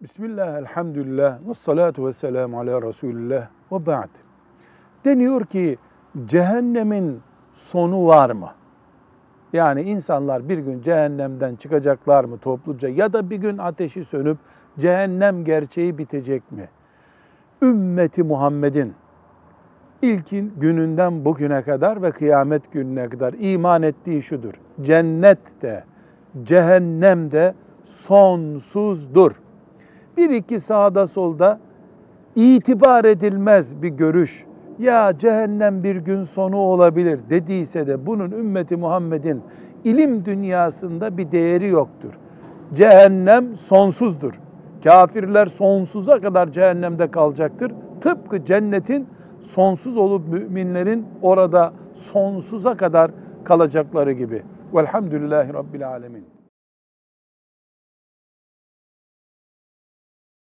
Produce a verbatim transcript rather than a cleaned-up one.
Bismillah, elhamdülillah, ve salatu ve selamu ala Resulillah ve ba'd. Deniyor ki cehennemin sonu var mı? Yani insanlar bir gün cehennemden çıkacaklar mı topluca ya da bir gün ateşi sönüp cehennem gerçeği bitecek mi? Ümmeti Muhammed'in ilkin gününden bugüne kadar ve kıyamet gününe kadar iman ettiği şudur: cennet de, cehennem de sonsuzdur. Bir iki sağda solda itibar edilmez bir görüş, ya cehennem bir gün sonu olabilir dediyse de bunun ümmeti Muhammed'in ilim dünyasında bir değeri yoktur. Cehennem sonsuzdur. Kafirler sonsuza kadar cehennemde kalacaktır. Tıpkı cennetin sonsuz olup müminlerin orada sonsuza kadar kalacakları gibi. Velhamdülillahi Rabbil Alemin.